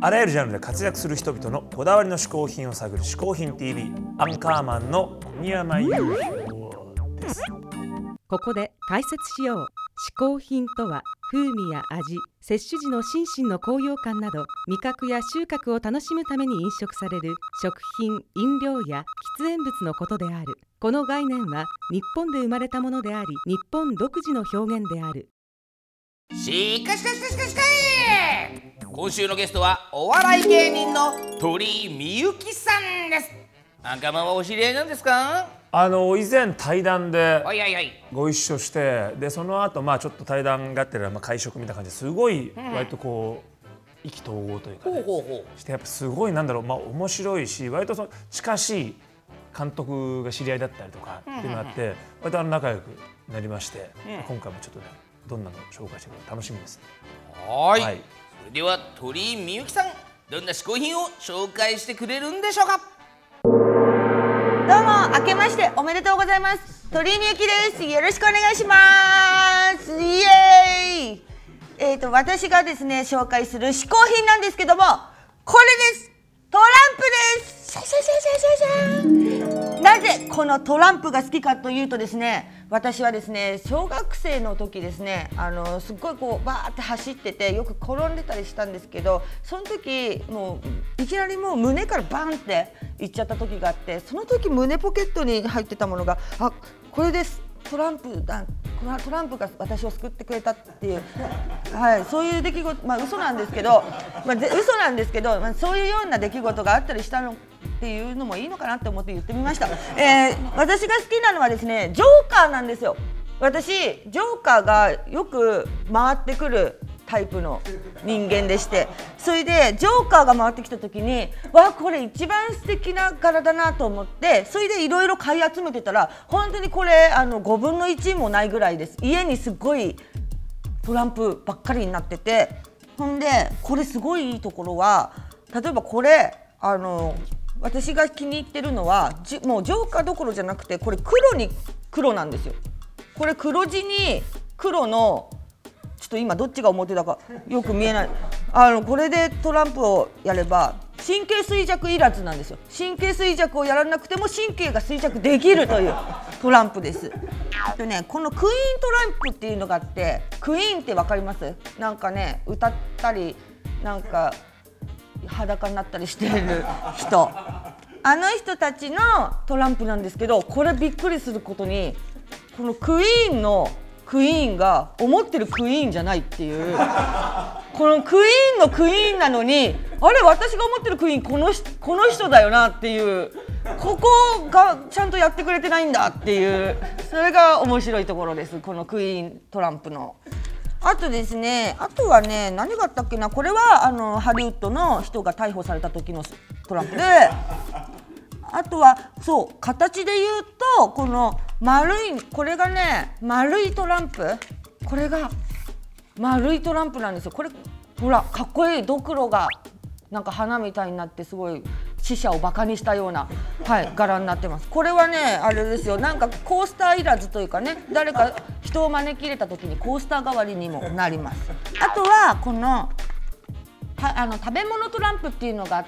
あらゆるジャンルで活躍する人々のこだわりの嗜好品を探る嗜好品 TV、 アンカーマンの小宮山雄飛です。 ここで解説しよう。嗜好品とは風味や味、摂取時の心身の高揚感など味覚や収穫を楽しむために飲食される食品、飲料や喫煙物のことである。この概念は日本で生まれたものであり、日本独自の表現である。 しかし今週のゲストはお笑い芸人の鳥居みゆきさんです。アンカーマンはお知り合いなんですか？ 以前対談ではいはいはい。 ご一緒して、でその後ちょっと対談があって会食みたいな感じですごい割とこう意気投合というか、ねしてやっぱすごい面白いし、割と近しい監督が知り合いだったりとかっていうのがあって割と仲良くなりまして、今回もちょっとねどんなのを紹介してくれるか楽しみです。 はい、それでは鳥居みゆきさん、どんな嗜好品を紹介してくれるんでしょうか？ どうも明けましておめでとうございます。鳥居みゆきです。よろしくお願いします。イエーイ。私がですね紹介する嗜好品なんですけども、これです。トランプです。シャシャシャシャシャシャ。なぜこのトランプが好きかというとですね、私はですね小学生の時ですねすっごいこうバーって走っててよく転んでたりしたんですけど、その時もういきなりもう胸からバンっていっちゃった時があって、その時胸ポケットに入ってたものがこれです。トランプが私を救ってくれたっていう、そういう出来事、嘘なんですけど、嘘なんですけど、そういうような出来事があったりしたのっていうのもいいのかなって思って言ってみました。私が好きなのはですねジョーカーなんですよ。私ジョーカーがよく回ってくるタイプの人間でして、それでジョーカーが回ってきた時にこれ一番素敵な柄だなと思って、それでいろいろ買い集めてたら本当にこれ5分の1もないぐらいです。家にすごいトランプばっかりになってて、ほんでこれすごいいいところは、例えばこれ私が気に入ってるのはもうジョーカーどころじゃなくて、これ黒に黒なんですよ。これ黒地に黒のちょっと今どっちが表だかよく見えない。これでトランプをやれば神経衰弱いらずなんですよ。神経衰弱をやらなくても神経が衰弱できるというトランプです。このクイーントランプっていうのがあって、クイーンってわかります？なんかね歌ったりなんか裸になったりしている人、の人たちのトランプなんですけど、これびっくりすることにこのクイーンのクイーンが思ってるクイーンじゃないっていう、このクイーンのクイーンなのに私が思ってるクイーンこの人だよなっていう、ここがちゃんとやってくれてないんだっていう、それが面白いところです。このクイーントランプのあとですね、あとはね何があったっけな、これはハリウッドの人が逮捕された時のトランプで、あとはそう形で言うとこのこれがね丸いトランプ、これが丸いトランプなんですよ。これほらかっこいいドクロがなんか花みたいになってすごい死者をバカにしたような、柄になってます。これはねあれですよ、なんかコースターいらずというかね、誰か人を招き入れた時にコースター代わりにもなります。あとはこの食べ物トランプっていうのがあって、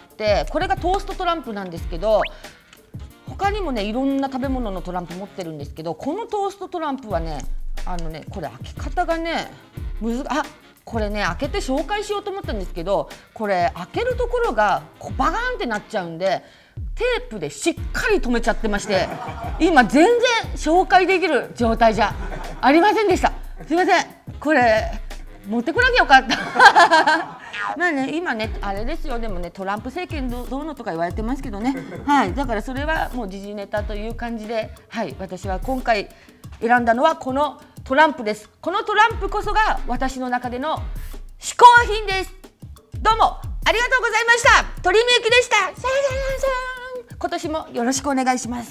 これがトーストトランプなんですけど、他にもねいろんな食べ物のトランプ持ってるんですけど、このトーストトランプはねこれ開け方がねこれね開けて紹介しようと思ったんですけど、これ開けるところがバガーンってなっちゃうんでテープでしっかり留めちゃってまして、今全然紹介できる状態じゃありませんでした。すいません、これ持ってこなきゃよかった今ねあれですよ、でもねトランプ政権どうのとか言われてますけどね、だからそれはもう時事ネタという感じで、私は今回選んだのはこのトランプです。このトランプこそが私の中での嗜好品です。どうもありがとうございました。鳥居みゆきでした。今年もよろしくお願いします。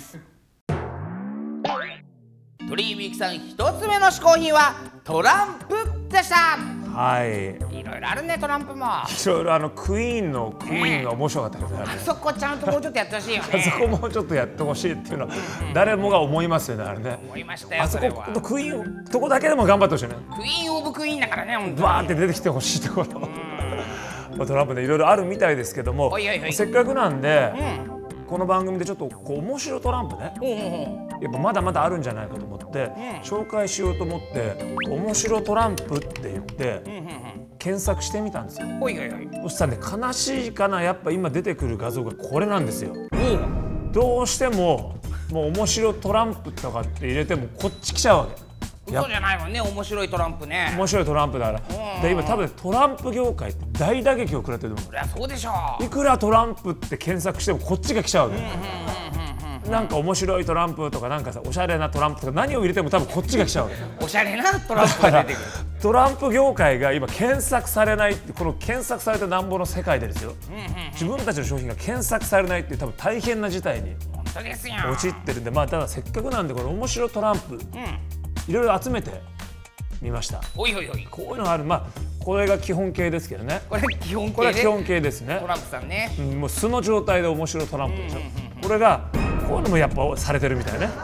鳥居みゆきさん、一つ目の嗜好品はトランプでした。いろいろあるね、トランプも。 いろいろクイーンのクイーンが面白かったですね。 あそこちゃんともうちょっとやってほしいよね。 あそこもうちょっとやってほしいっていうのは誰もが思いますよね、あれね。 思いましたよ。 あそこクイーンとこだけでも頑張ってほしいね。 クイーンオブクイーンだからね、本当に。 バーって出てきてほしいところ。 トランプねいろいろあるみたいですけども、 はいはいはいせっかくなんで、この番組でちょっとこう面白トランプね、やっぱまだまだあるんじゃないかと思って、紹介しようと思って面白トランプって言って、検索してみたんですよ。 ほいほいほい。 そしたらね、悲しいかな、やっぱ今出てくる画像がこれなんですよ。どうしてももう面白トランプとかって入れてもこっち来ちゃうわけ。 嘘じゃないもんね、面白いトランプね。 面白いトランプだから。で今多分トランプ業界って大打撃を食らってると思そりゃそうでしょう。いくらトランプって検索してもこっちが来ちゃうわけ。なんか面白いトランプとかなんかさ、おしゃれなトランプとか何を入れても多分こっちが来ちゃうわけ。 おしゃれなトランプが出てくる。 トランプ業界が今検索されないって、この検索されたなんぼの世界でですよ、自分たちの商品が検索されないっていう多分大変な事態に本当ですよ。 陥ってるんで、まあただせっかくなんでこの面白トランプ、いろいろ集めてみました。 ほいほいほい。 こういうのがある。まあこれが基本形ですけどね。 これ基本これは形で基本形ですねト。ランプさんね。 もう素の状態で面白トランプでしょ。これがこういうのもやっぱされてるみたいね。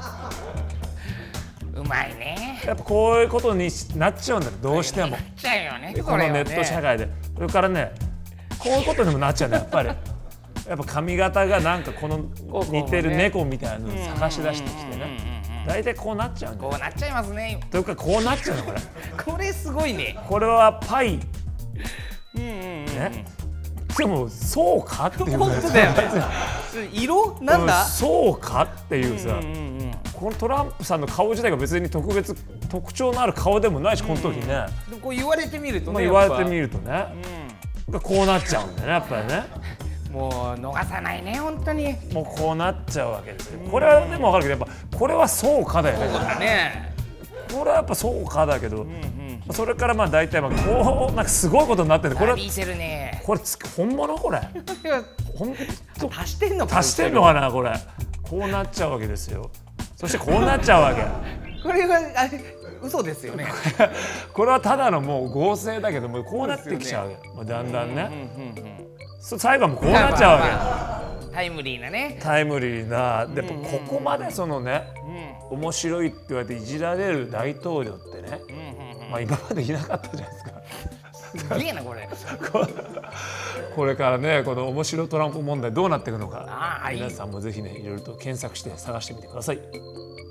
うまいね。 やっぱこういうことになっちゃうんだよ、どうしても。 なっちゃうよね。 このネット社会で。それからね、こういうことにもなっちゃうんだよ、やっぱり。やっぱ髪型がなんかこの似てる猫みたいなのを探し出してきてね。大体こうなっちゃうんだよ。 こうなっちゃいますね。 というかこうなっちゃうのこれ。 これすごいね。 これはパイ。ね。でもそうかっていう。 本当だよね。色なんだ。 そうかっていうさ。このトランプさんの顔自体が別に特徴のある顔でもないし、この時ね。 でもこう言われてみるとね。 言われてみるとね。こうなっちゃうんだよね、やっぱりね。 もう逃さないね、本当に。 もうこうなっちゃうわけですよ。これはでも分かるけど、やっぱこれはそうかだよね。 そうだね。 これはやっぱそうかだけど、それからまあ大体まあこうなんかすごいことになってる。これ見せるね。 これ本物これ。本当足してんのか。 足してんのかなこれ。こうなっちゃうわけですよ。そしてこうなっちゃうわけ。 これはあれ嘘ですよね。 これはただのもう合成だけども、こうなってきちゃうわけ。もうだんだんね。最後はもうこうなっちゃうわけ。 タイムリーなね。 タイムリーな。でもここまでそのね、面白いって言われていじられる大統領ってね、まあ今までいなかったじゃないですか。 すげえなこれ。 これからね、この面白トランプ問題どうなっていくのか、 はい、 皆さんもぜひねいろいろと検索して探してみてください。